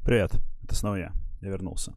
Привет, это снова я вернулся.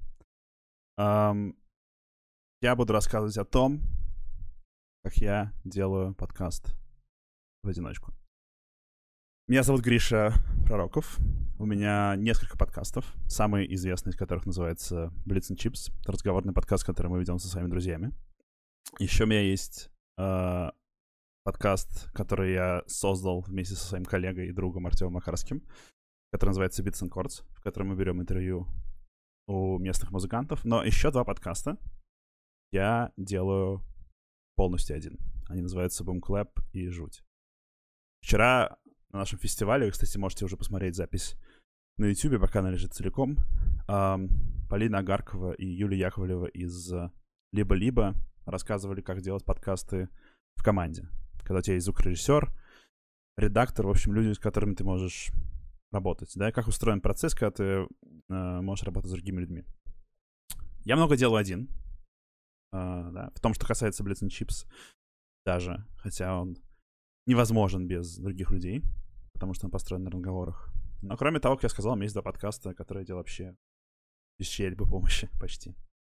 Я буду рассказывать о том, как я делаю подкаст в одиночку. Меня зовут Гриша Пророков. У меня несколько подкастов, самый известный из которых называется Blitz and Chips. Это разговорный подкаст, который мы ведем со своими друзьями. Еще у меня есть подкаст, который я создал вместе со своим коллегой и другом Артемом Макарским, который называется Beats and Chords, в котором мы берем интервью у местных музыкантов. Но еще два подкаста я делаю полностью один. Они называются Boom Clap и Жуть. Вчера на нашем фестивале, вы, кстати, можете уже посмотреть запись на YouTube, пока она лежит целиком, Полина Агаркова и Юлия Яковлева из «Либо-либо» рассказывали, как делать подкасты в команде. Когда у тебя есть звукорежиссер, редактор, в общем, люди, с которыми ты можешь работать. Да, и как устроен процесс, когда ты можешь работать с другими людьми. Я много делаю один. Да, в том, что касается Blitz and Chips даже, хотя он невозможен без других людей, потому что он построен на разговорах. Но кроме того, как я сказал, у меня есть два подкаста, которые я делаю вообще без чьей-либо помощи почти.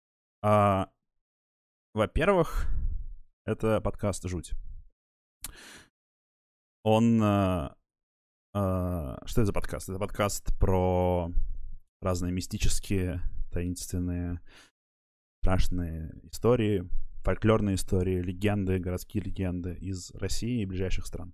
Во-первых, это подкаст «Жуть». Он... что это за подкаст? Это подкаст про разные мистические, таинственные, страшные истории, фольклорные истории, легенды, городские легенды из России и ближайших стран.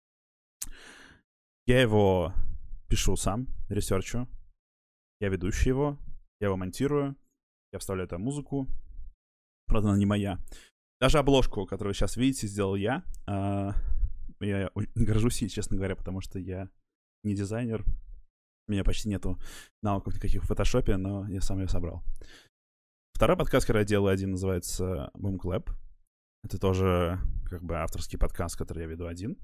Я его пишу сам, ресерчу. Я ведущий его, я его монтирую, я вставляю там музыку. Правда, она не моя. Даже обложку, которую вы сейчас видите, сделал я. Я горжусь ей, честно говоря, потому что я не дизайнер. У меня почти нету навыков никаких в фотошопе, но я сам ее собрал. Второй подкаст, который я делаю один, называется Boom Clap. Это тоже как бы авторский подкаст, который я веду один.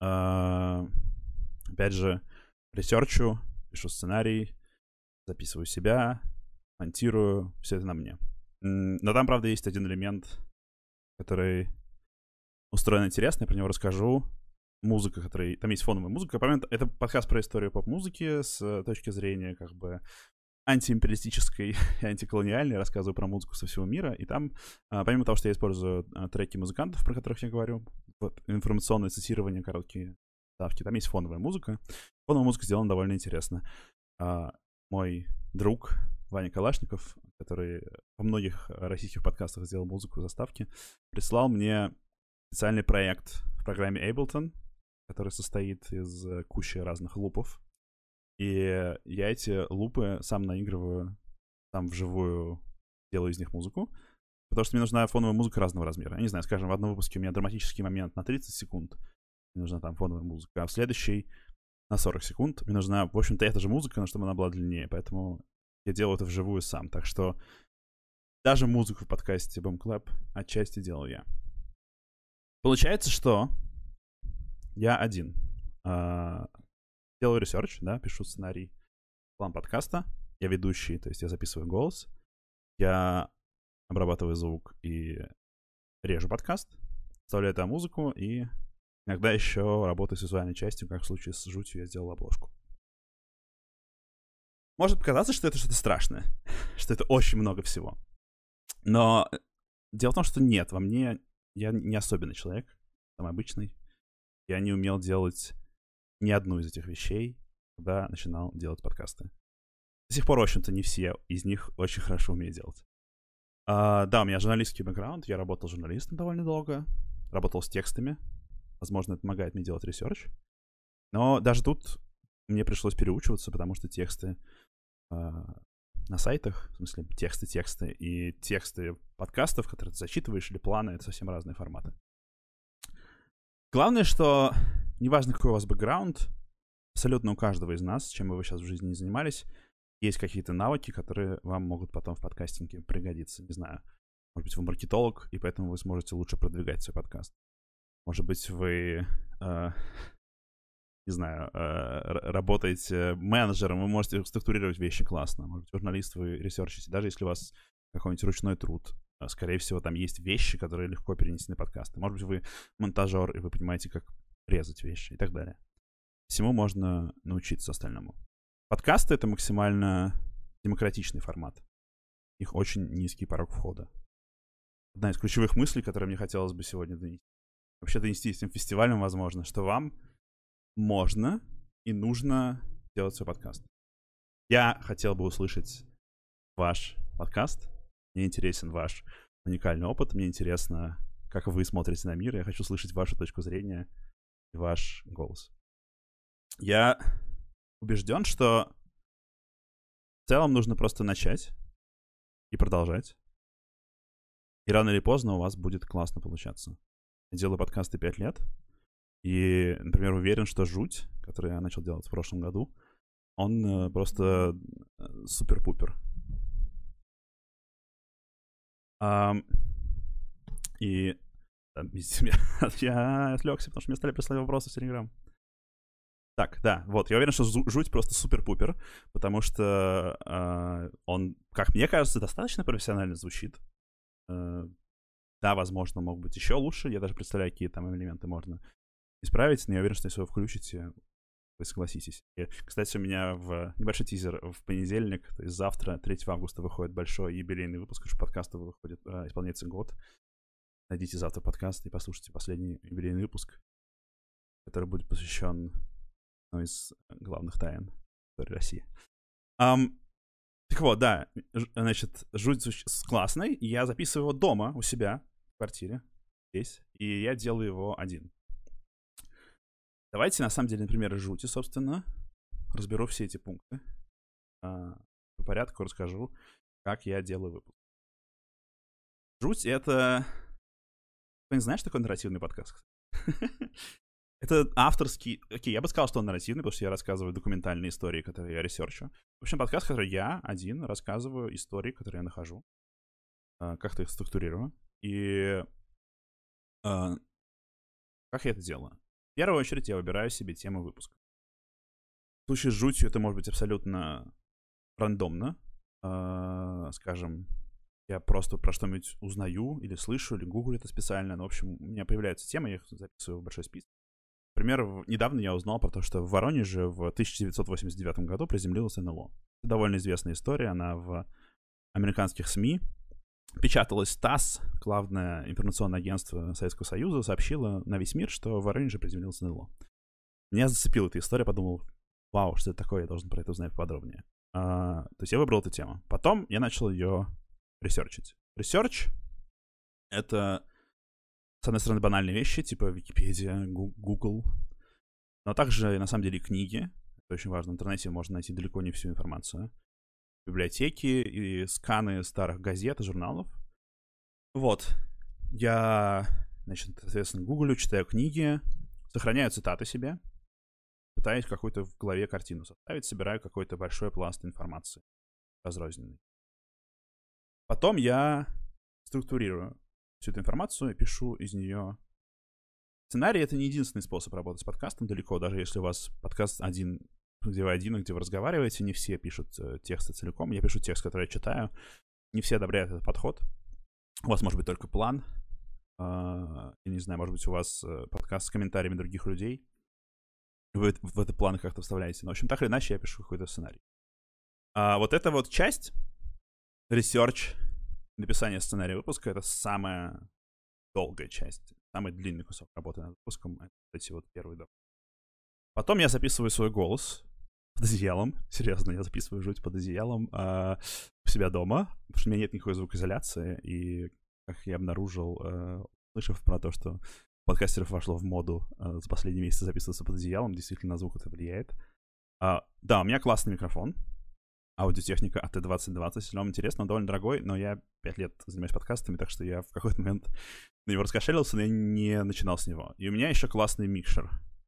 Опять же, ресерчу, пишу сценарий, записываю себя, монтирую. Все это на мне. Но там, правда, есть один элемент, который устроен интересно, я про него расскажу. Музыка, которая... Там есть фоновая музыка. Это подкаст про историю поп-музыки с точки зрения как бы антиимпериалистической и антиколониальной. Рассказываю про музыку со всего мира. И там, помимо того, что я использую треки музыкантов, про которых я говорю, вот, информационное цитирование, короткие ставки, там есть фоновая музыка. Фоновая музыка сделана довольно интересно. Мой друг Ваня Калашников, который во многих российских подкастах сделал музыку заставки, прислал мне специальный проект в программе Ableton, который состоит из кучи разных лупов. И я эти лупы сам наигрываю, сам вживую делаю из них музыку, потому что мне нужна фоновая музыка разного размера. Я не знаю, скажем, в одном выпуске у меня драматический момент на 30 секунд, мне нужна там фоновая музыка, а в следующей на 40 секунд мне нужна, в общем-то, эта же музыка, но чтобы она была длиннее, поэтому я делаю это вживую сам. Так что даже музыку в подкасте Boom Clap отчасти делал я. Получается, что я один. Делаю ресерч, да, пишу сценарий, план подкаста. Я ведущий, то есть я записываю голос. Я обрабатываю звук и режу подкаст. Вставляю там музыку и иногда еще работаю с визуальной частью, как в случае с «Жутью» я сделал обложку. Может показаться, что это что-то страшное, что это очень много всего. Но дело в том, что нет, во мне я не особенный человек, самый обычный. Я не умел делать ни одну из этих вещей, когда начинал делать подкасты. До сих пор, в общем-то, не все из них очень хорошо умею делать. Да, у меня журналистский бэкграунд, я работал журналистом довольно долго, работал с текстами. Возможно, это помогает мне делать ресерч. Но даже тут мне пришлось переучиваться, потому что тексты на сайтах, в смысле тексты и тексты подкастов, которые ты зачитываешь, или планы, это совсем разные форматы. Главное, что неважно, какой у вас бэкграунд, абсолютно у каждого из нас, чем бы вы сейчас в жизни не занимались, есть какие-то навыки, которые вам могут потом в подкастинге пригодиться. Не знаю, может быть, вы маркетолог, и поэтому вы сможете лучше продвигать свой подкаст. Может быть, вы, не знаю, работаете менеджером, вы можете структурировать вещи классно. Может быть, журналист, вы ресерчите. Даже если у вас какой-нибудь ручной труд, скорее всего, там есть вещи, которые легко перенесены на подкасты. Может быть, вы монтажер, и вы понимаете, как резать вещи и так далее. Всему можно научиться остальному. Подкасты — это максимально демократичный формат. У них очень низкий порог входа. Одна из ключевых мыслей, которые мне хотелось бы сегодня донести. Вообще донести этим фестивалем, возможно, что вам можно и нужно делать свой подкаст. Я хотел бы услышать ваш подкаст. Мне интересен ваш уникальный опыт. Мне интересно, как вы смотрите на мир. Я хочу слышать вашу точку зрения и ваш голос. Я убежден, что в целом нужно просто начать и продолжать. И рано или поздно у вас будет классно получаться. Я делаю подкасты 5 лет. И, например, уверен, что «Жуть», который я начал делать в прошлом году, он просто супер-пупер. И я отвлекся, потому что мне стали присылать вопросы в Telegram. Так, да, вот, я уверен, что «Жуть» просто супер-пупер, потому что он, как мне кажется, достаточно профессионально звучит. Да, возможно, мог быть еще лучше. Я даже представляю, какие там элементы можно исправить, но я уверен, что если вы включите, вы согласитесь. И, кстати, у меня небольшой тизер в понедельник, то есть завтра, 3 августа, выходит большой юбилейный выпуск, потому что подкасту выходит, исполняется год. Найдите завтра подкаст и послушайте последний юбилейный выпуск, который будет посвящен одной из главных тайн истории России. Так вот, да, значит, «Жуть» классный. Я записываю его дома у себя в квартире, здесь, и я делаю его один. Давайте, на самом деле, на примере «Жути», собственно, разберу все эти пункты. По порядку расскажу, как я делаю выпуск. «Жуть» — это... Ты не знаешь, что такое нарративный подкаст? Это авторский... Окей, я бы сказал, что он нарративный, потому что я рассказываю документальные истории, которые я ресерчу. В общем, подкаст, в котором я один рассказываю истории, которые я нахожу. Как-то их структурирую. И как я это делаю? В первую очередь я выбираю себе тему выпуска. В случае с «Жутью» это может быть абсолютно рандомно. Скажем, я просто про что-нибудь узнаю или слышу, или гуглю это специально. Но, в общем, у меня появляются темы, я их записываю в большой список. Например, недавно я узнал про то, что в Воронеже в 1989 году приземлилось НЛО. Это довольно известная история, она в американских СМИ печаталась. ТАСС, главное информационное агентство Советского Союза, сообщило на весь мир, что в Воронеже приземлилось НЛО. Меня зацепила эта история, подумал, вау, что это такое, я должен про это узнать подробнее. То есть я выбрал эту тему. Потом я начал ее ресерчить. Ресерч — это, с одной стороны, банальные вещи, типа Википедия, Google, но также, на самом деле, книги. Это очень важно. В интернете можно найти далеко не всю информацию. Библиотеки и сканы старых газет и журналов. Вот. Я, значит, соответственно, гуглю, читаю книги, сохраняю цитаты себе, пытаюсь какую-то в голове картину составить, собираю какой-то большой пласт информации разрозненной. Потом я структурирую всю эту информацию и пишу из нее сценарий. Это не единственный способ работать с подкастом далеко. Даже если у вас подкаст один, где вы один, где вы разговариваете, не все пишут тексты целиком. Я пишу текст, который я читаю. Не все одобряют этот подход. У вас может быть только план. Я не знаю, может быть, у вас подкаст с комментариями других людей. Вы в этот план как-то вставляете. Но, в общем, так или иначе, я пишу какой-то сценарий. Вот эта вот часть, ресерч, написание сценария выпуска, это самая долгая часть. Самый длинный кусок работы над выпуском. Это эти вот первые два. Потом я записываю свой голос под одеялом. Серьезно, я записываю «Жуть» под одеялом у себя дома, потому что у меня нет никакой звукоизоляции. И как я обнаружил, слышав про то, что подкастеров вошло в моду за последние месяцы записываться под одеялом, действительно на звук это влияет. Да, у меня классный микрофон. Аудиотехника AT2020. Если вам интересно, он довольно дорогой, но я 5 лет занимаюсь подкастами, так что я в какой-то момент на него раскошелился, но я не начинал с него. И у меня еще классный микшер.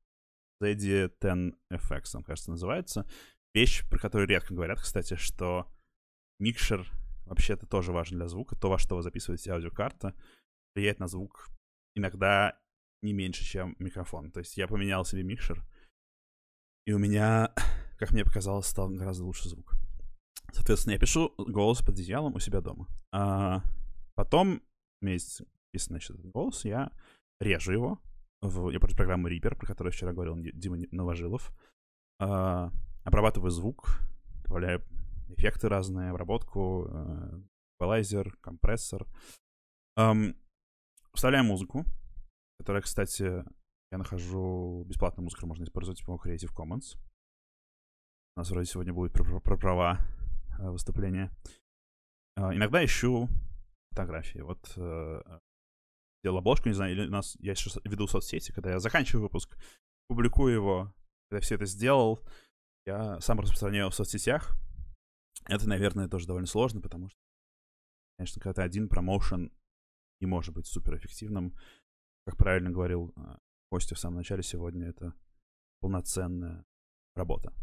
ZD10FX, он, кажется, называется. Вещь, про которую редко говорят, кстати, что микшер вообще-то тоже важен для звука. То, во что вы записываете аудиокарта, влияет на звук иногда не меньше, чем микрофон. То есть я поменял себе микшер, и у меня, как мне показалось, стал гораздо лучше звук. Соответственно, я пишу голос под одеялом у себя дома. Потом у меня есть написано, значит, этот голос, я режу его. Я пользуюсь программой Reaper, про которую вчера говорил Дима Новожилов. Обрабатываю звук, добавляю эффекты разные, обработку, эквалайзер, компрессор. Вставляем музыку, которая, кстати, я нахожу бесплатную музыку, можно использовать по Creative Commons. У нас вроде сегодня будет про права выступления. Иногда ищу фотографии. Вот делал обложку, не знаю, или у нас я сейчас веду соцсети, когда я заканчиваю выпуск, публикую его. Когда я все это сделал, я сам распространяю в соцсетях. Это, наверное, тоже довольно сложно, потому что, конечно, когда ты один, промоушен не может быть суперэффективным. Как правильно говорил Костя в самом начале сегодня, это полноценная работа.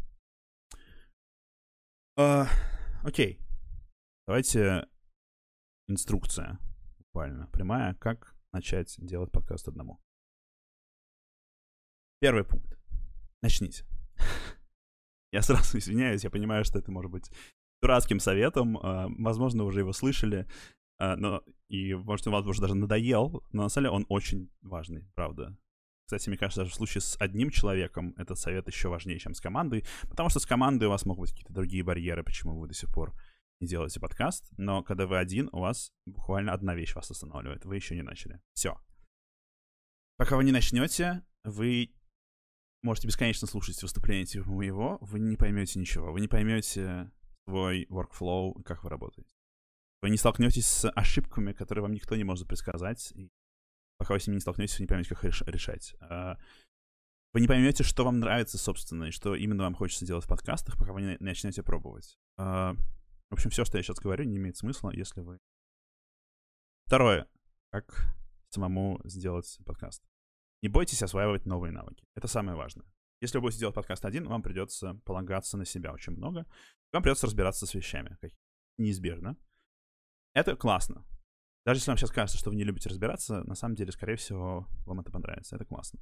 Окей. Давайте инструкция буквально прямая, как начать делать подкаст одному. Первый пункт. Начните. Я сразу извиняюсь, я понимаю, что это может быть дурацким советом. Возможно, вы уже его слышали. И, может, он вам уже даже надоел. Но на самом деле он очень важный, правда. Кстати, мне кажется, даже в случае с одним человеком этот совет еще важнее, чем с командой. Потому что с командой у вас могут быть какие-то другие барьеры, почему вы до сих пор не делаете подкаст. Но когда вы один, у вас буквально одна вещь вас останавливает. Вы еще не начали. Все. Пока вы не начнете, вы можете бесконечно слушать выступления типа моего, вы не поймете ничего. Вы не поймете свой workflow, как вы работаете. Вы не столкнетесь с ошибками, которые вам никто не может предсказать. И пока вы с ними не столкнетесь, вы не поймете, как их решать. Вы не поймете, что вам нравится, собственно, и что именно вам хочется делать в подкастах, пока вы не начнете пробовать. В общем, все, что я сейчас говорю, не имеет смысла, если вы... Второе. Как самому сделать подкаст. Не бойтесь осваивать новые навыки. Это самое важное. Если вы будете делать подкаст один, вам придется полагаться на себя очень много. Вам придется разбираться с вещами. Неизбежно. Это классно. Даже если вам сейчас кажется, что вы не любите разбираться, на самом деле, скорее всего, вам это понравится. Это классно.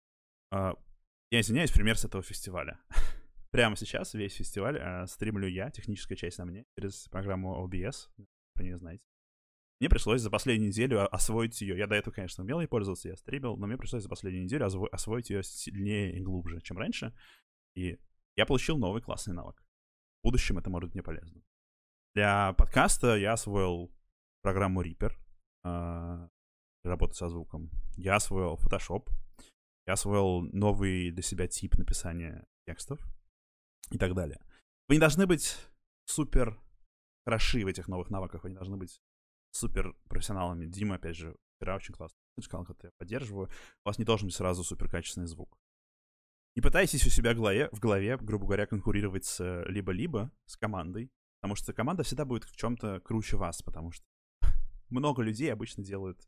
Я извиняюсь, пример с этого фестиваля. Прямо сейчас весь фестиваль стримлю я, техническая часть на мне, через программу OBS. Про нее знаете. Мне пришлось за последнюю неделю освоить ее. Я до этого, конечно, умел ей пользоваться, я стримил, но мне пришлось за последнюю неделю освоить ее сильнее и глубже, чем раньше. И я получил новый классный навык. В будущем это может быть мне полезно. Для подкаста я освоил программу Reaper для работы со звуком. Я освоил Photoshop. Я освоил новый для себя тип написания текстов и так далее. Вы не должны быть супер хороши в этих новых навыках. Вы не должны быть супер профессионалами. Дима, опять же, вчера очень классно сказал, который я поддерживаю. У вас не должен быть сразу супер качественный звук. Не пытайтесь у себя в голове, грубо говоря, конкурировать с либо-либо, с командой, потому что команда всегда будет в чем-то круче вас, потому что много людей обычно делают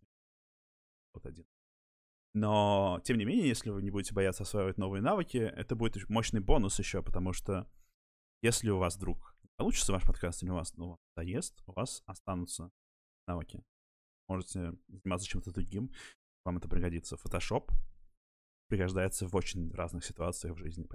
вот один. Но, тем не менее, если вы не будете бояться осваивать новые навыки, это будет мощный бонус еще, потому что если у вас вдруг получится ваш подкаст или у вас надоест, у вас останутся навыки. Можете заниматься чем-то другим, вам это пригодится. Photoshop пригождается в очень разных ситуациях в жизни.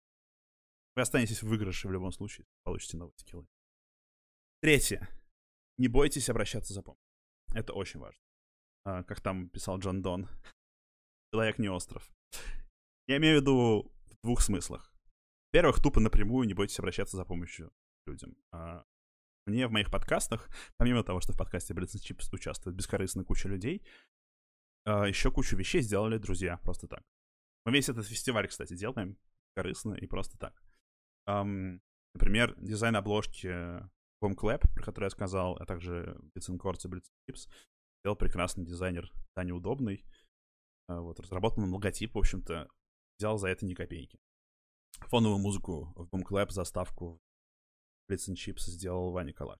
Вы останетесь в выигрыше в любом случае, получите новые скиллы. Третье. Не бойтесь обращаться за помощью. Это очень важно. Как там писал Джон Дон. Человек не остров. Я имею в виду в двух смыслах. Во-первых, тупо напрямую не бойтесь обращаться за помощью к людям. Мне в моих подкастах, помимо того, что в подкасте Blitz and Chips участвует бескорыстно куча людей, еще кучу вещей сделали друзья просто так. Мы весь этот фестиваль, кстати, делаем корыстно и просто так. Например, дизайн обложки Home Clap, про который я сказал, а также Bits and Chords и Blitz and Chips, сделал прекрасный дизайнер Таня Удобный. Вот, разработал логотип, в общем-то, взял за это ни копейки. Фоновую музыку в Home Clap, заставку Blitz and Chips сделал Ваня Калаш.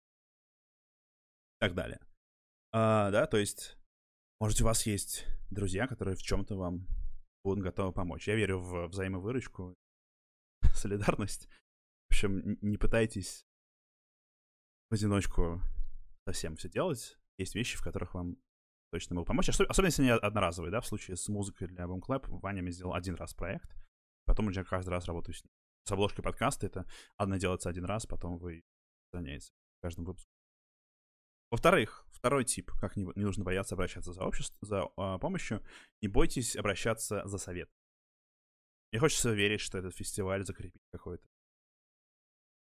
И так далее. Да, то есть, может, у вас есть друзья, которые в чем-то вам будут готовы помочь. Я верю в взаимовыручку, солидарность. В общем, не пытайтесь в одиночку совсем все делать. Есть вещи, в которых вам точно могу помочь. Особенно, если они одноразовые, да, в случае с музыкой для Boom Clap. Ваня мне сделал один раз проект, потом уже каждый раз работаю с ним. С обложкой подкаста это одно делается один раз, потом вы сохраняете в каждом выпуске. Во-вторых, второй тип, как не нужно бояться обращаться за помощью, не бойтесь обращаться за совет. Мне хочется верить, что этот фестиваль закрепит какое-то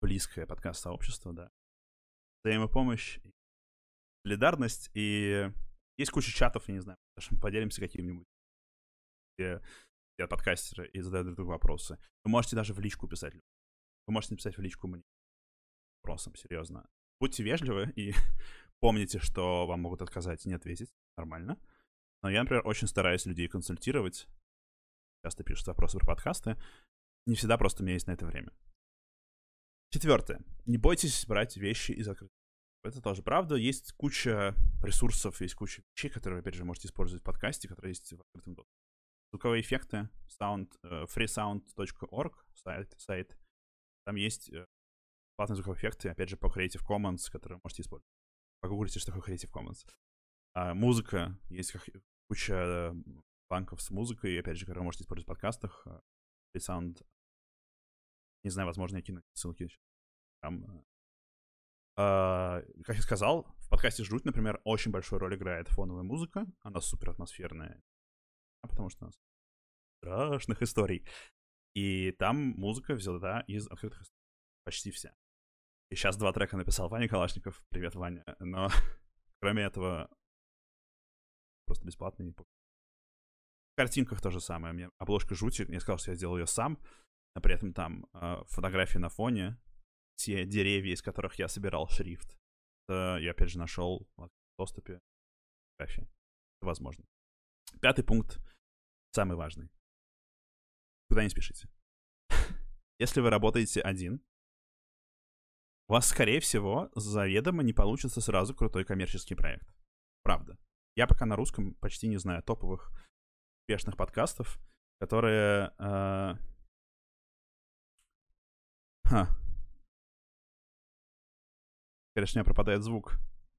близкое подкаст-сообщество, да. Взаимопомощь, солидарность, и есть куча чатов, я не знаю, даже поделимся каким-нибудь, где подкастеры и задают друг другу вопросы. Вы можете даже в личку писать. Вы можете написать в личку мне вопросом, серьезно. Будьте вежливы и помните, что вам могут отказать и не ответить. Нормально. Но я, например, очень стараюсь людей консультировать. Часто пишут вопросы про подкасты. Не всегда просто у меня есть на это время. 4. Не бойтесь брать вещи из открытых. Это тоже правда. Есть куча ресурсов, есть куча вещей, которые, опять же, можете использовать в подкасте, которые есть в открытом доступе. Звуковые эффекты, freesound.org сайт. Там есть платные звуковые эффекты, опять же, по Creative Commons, которые можете использовать. Погуглите, что такое Creative Commons. Музыка. Есть куча банков с музыкой, опять же, которые можете использовать в подкастах. Freesound. Не знаю, возможно, я кину ссылки. Там, как я сказал, в подкасте «Жуть», например, очень большую роль играет фоновая музыка. Она супер атмосферная, потому что у нас страшных историй. И там музыка взята из открытых историй. Почти вся. И сейчас 2 трека написал Ваня Калашников. Привет, Ваня. Но кроме этого, просто бесплатный. В картинках то же самое. Мне обложка «Жути», я сказал, что я сделал ее сам, но при этом там фотографии на фоне, те деревья, из которых я собирал шрифт. Это я, опять же, нашел в доступе фотографии. Это возможно. 5 пункт, самый важный. Куда не спешите. Если вы работаете один, у вас, скорее всего, заведомо не получится сразу крутой коммерческий проект. Правда. Я пока на русском почти не знаю топовых успешных подкастов, которые... Конечно, у меня пропадает звук.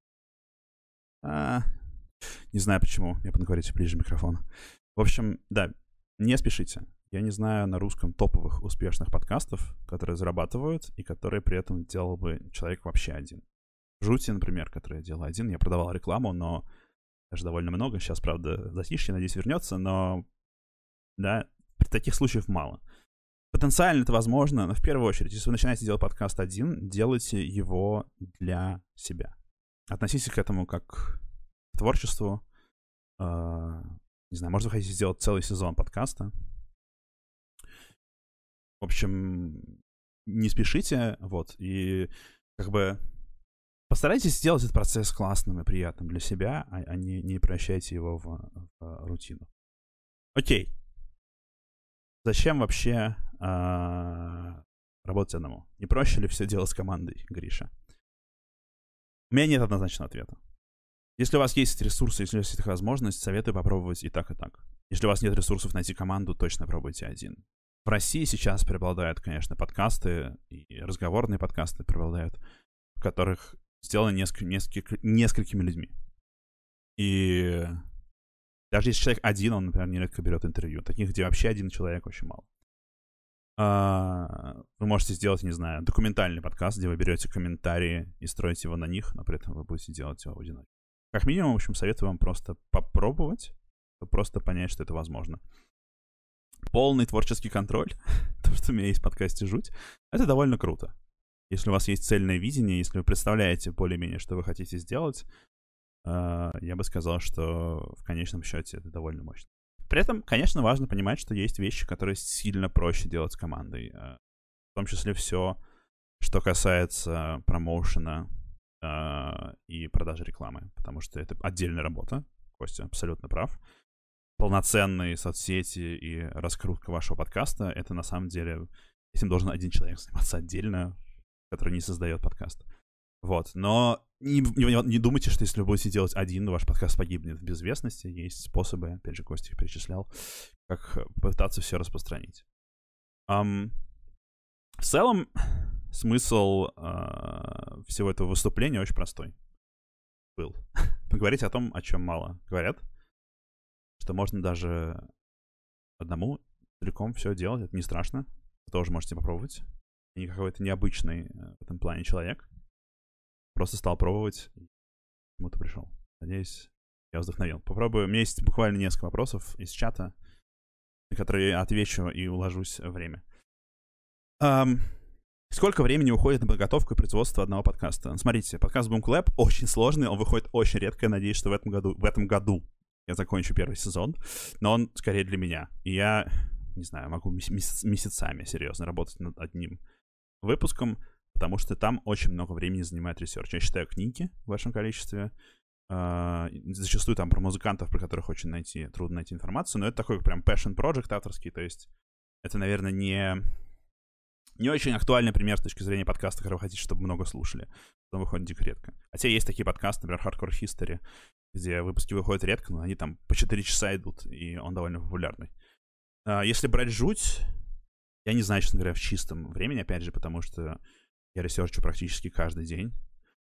Не знаю почему. Я буду говорить ближе к микрофону. В общем, да, не спешите. Я не знаю на русском топовых успешных подкастов, которые зарабатывают и которые при этом делал бы человек вообще один. Жути, например, который я делал один. Я продавал рекламу, но даже довольно много. Сейчас, правда, затишье, надеюсь, вернется, но да, при таких случаях мало. Потенциально это возможно, но в первую очередь, если вы начинаете делать подкаст один, делайте его для себя. Относитесь к этому как к творчеству. Не знаю, может, вы хотите сделать целый сезон подкаста. В общем, не спешите, вот, и как бы постарайтесь сделать этот процесс классным и приятным для себя, а не превращайте его в рутину. Окей. Зачем вообще работать одному? Не проще ли все делать с командой, Гриша? У меня нет однозначного ответа. Если у вас есть ресурсы, если у вас есть возможность, советую попробовать и так, и так. Если у вас нет ресурсов найти команду, точно пробуйте один. В России сейчас преобладают, конечно, подкасты, и разговорные подкасты преобладают, в которых сделаны несколькими людьми. И даже если человек один, он, например, нередко берет интервью. Таких, где вообще один человек, очень мало. Вы можете сделать, не знаю, документальный подкаст, где вы берете комментарии и строите его на них, но при этом вы будете делать его одиноко. Как минимум, в общем, советую вам просто попробовать, просто понять, что это возможно. Полный творческий контроль, то, что у меня есть в подкасте «Жуть», это довольно круто. Если у вас есть цельное видение, если вы представляете более-менее, что вы хотите сделать, я бы сказал, что в конечном счете это довольно мощно. При этом, конечно, важно понимать, что есть вещи, которые сильно проще делать с командой. В том числе все, что касается промоушена и продажи рекламы. Потому что это отдельная работа. Костя абсолютно прав. Полноценные соцсети и раскрутка вашего подкаста — это на самом деле... Этим должен один человек заниматься отдельно, который не создает подкаст. Вот. Но не думайте, что если вы будете делать один, ваш подкаст погибнет в безвестности. Есть способы, опять же, Костя их перечислял, как попытаться все распространить. В целом, смысл всего этого выступления очень простой был. Поговорить о том, о чем мало говорят, что можно даже одному целиком все делать, это не страшно. Вы тоже можете попробовать. И какой-то необычный в этом плане человек. Просто стал пробовать и к чему-то пришел. Надеюсь, я вас вдохновил. Попробую. У меня есть буквально несколько вопросов из чата, на которые я отвечу и уложусь в время. Сколько времени уходит на подготовку и производство одного подкаста? Смотрите, подкаст Boom Clap очень сложный, он выходит очень редко. Я надеюсь, что в этом году я закончу первый сезон, но он скорее для меня. И я, не знаю, могу месяцами серьезно работать над одним выпуском, потому что там очень много времени занимает ресерч. Я читаю книги в большом количестве, зачастую там про музыкантов, про которых очень трудно найти информацию, но это такой прям passion project авторский, то есть это, наверное, не очень актуальный пример с точки зрения подкаста, который вы хотите, чтобы много слушали. Он выходит дико редко. Хотя есть такие подкасты, например, Hardcore History, где выпуски выходят редко, но они там по 4 часа идут, и он довольно популярный. Если брать жуть, я не знаю, честно говоря, в чистом времени, опять же, потому что я ресерчу практически каждый день.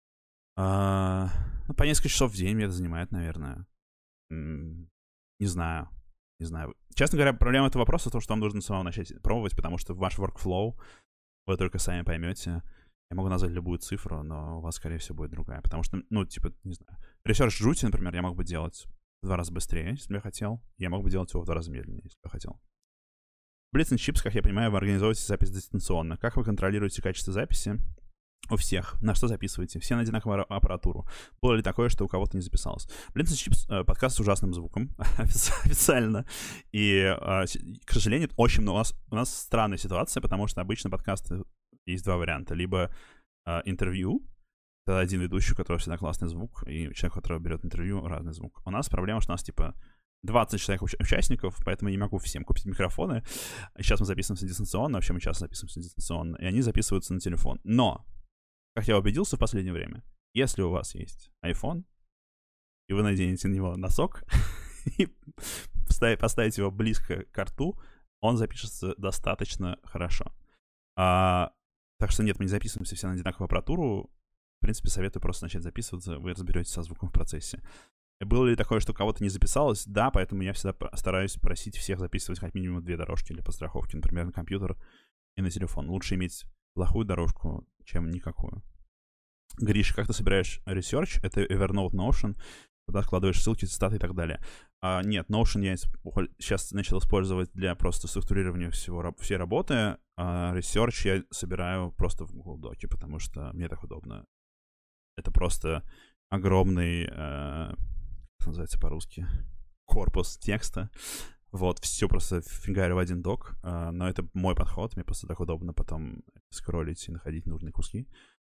По несколько часов в день мне это занимает, наверное. Не знаю. Честно говоря, проблема этого вопроса в том, что вам нужно самому начать пробовать, потому что в ваш workflow вы только сами поймете. Я могу назвать любую цифру, но у вас, скорее всего, будет другая. Потому что, не знаю. Ресерч жути, например, я мог бы делать в 2 раза быстрее, если бы я хотел. Я мог бы делать его в 2 раза медленнее, если бы я хотел. Blitz and Chips, как я понимаю, вы организовываете запись дистанционно. Как вы контролируете качество записи? У всех. На что записываете? Все на одинаковую аппаратуру. Было ли такое, что у кого-то не записалось? Blitz and Chips подкаст с ужасным звуком. Официально. И, к сожалению, очень много. У нас странная ситуация, потому что обычно подкасты есть 2 варианта. Либо интервью. Это один ведущий, у которого всегда классный звук, и человек, который берет интервью, разный звук. У нас проблема, что у нас, 20 человек участников, поэтому я не могу всем купить микрофоны. Сейчас мы записываемся дистанционно, вообще мы часто записываемся дистанционно, и они записываются на телефон. Но, как я убедился в последнее время, если у вас есть iPhone, и вы наденете на него носок, и поставите его близко к рту, он запишется достаточно хорошо. Так что нет, мы не записываемся все на одинаковую аппаратуру. В принципе, советую просто начать записываться, вы разберетесь со звуком в процессе. Было ли такое, что у кого-то не записалось? Да, поэтому я всегда стараюсь просить всех записывать как минимум 2 дорожки для подстраховки, например, на компьютер и на телефон. Лучше иметь плохую дорожку, чем никакую. Гриш, как ты собираешь ресерч? Это Evernote, Notion, куда складываешь ссылки, цитаты и так далее. Нет, Notion я сейчас начал использовать для просто структурирования всей работы, а ресерч я собираю просто в Google Доке, потому что мне так удобно. Это просто огромный... как называется по-русски, корпус текста. Вот, все просто фигарю в один док, но это мой подход, мне просто так удобно потом скроллить и находить нужные куски.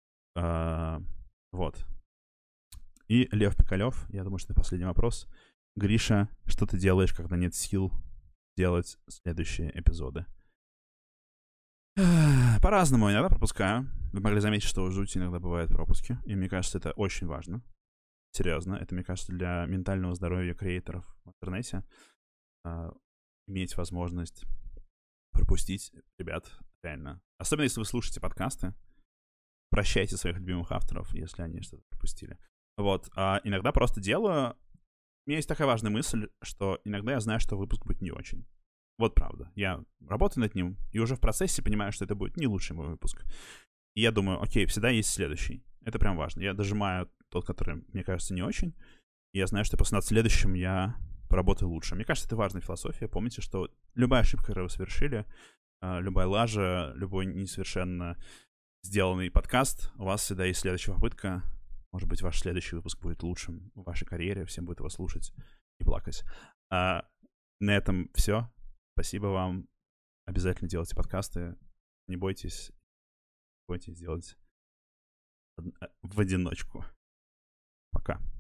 Вот. И Лев Пикалев, я думаю, что это последний вопрос. Гриша, что ты делаешь, когда нет сил делать следующие эпизоды? По-разному, иногда пропускаю. Вы могли заметить, что у жути иногда бывают пропуски, и мне кажется, это очень важно. Серьезно, это, мне кажется, для ментального здоровья креаторов в интернете иметь возможность пропустить ребят, реально. Особенно, если вы слушаете подкасты, прощайте своих любимых авторов, если они что-то пропустили. Вот, иногда просто делаю... У меня есть такая важная мысль, что иногда я знаю, что выпуск будет не очень. Вот правда. Я работаю над ним, и уже в процессе понимаю, что это будет не лучший мой выпуск. И я думаю, окей, всегда есть следующий. Это прям важно. Я дожимаю тот, который, мне кажется, не очень. И я знаю, что просто над следующим я поработаю лучше. Мне кажется, это важная философия. Помните, что любая ошибка, которую вы совершили, любая лажа, любой несовершенно сделанный подкаст, у вас всегда есть следующая попытка. Может быть, ваш следующий выпуск будет лучшим в вашей карьере. Всем будет его слушать и плакать. На этом все. Спасибо вам. Обязательно делайте подкасты. Не бойтесь делать в одиночку. Пока.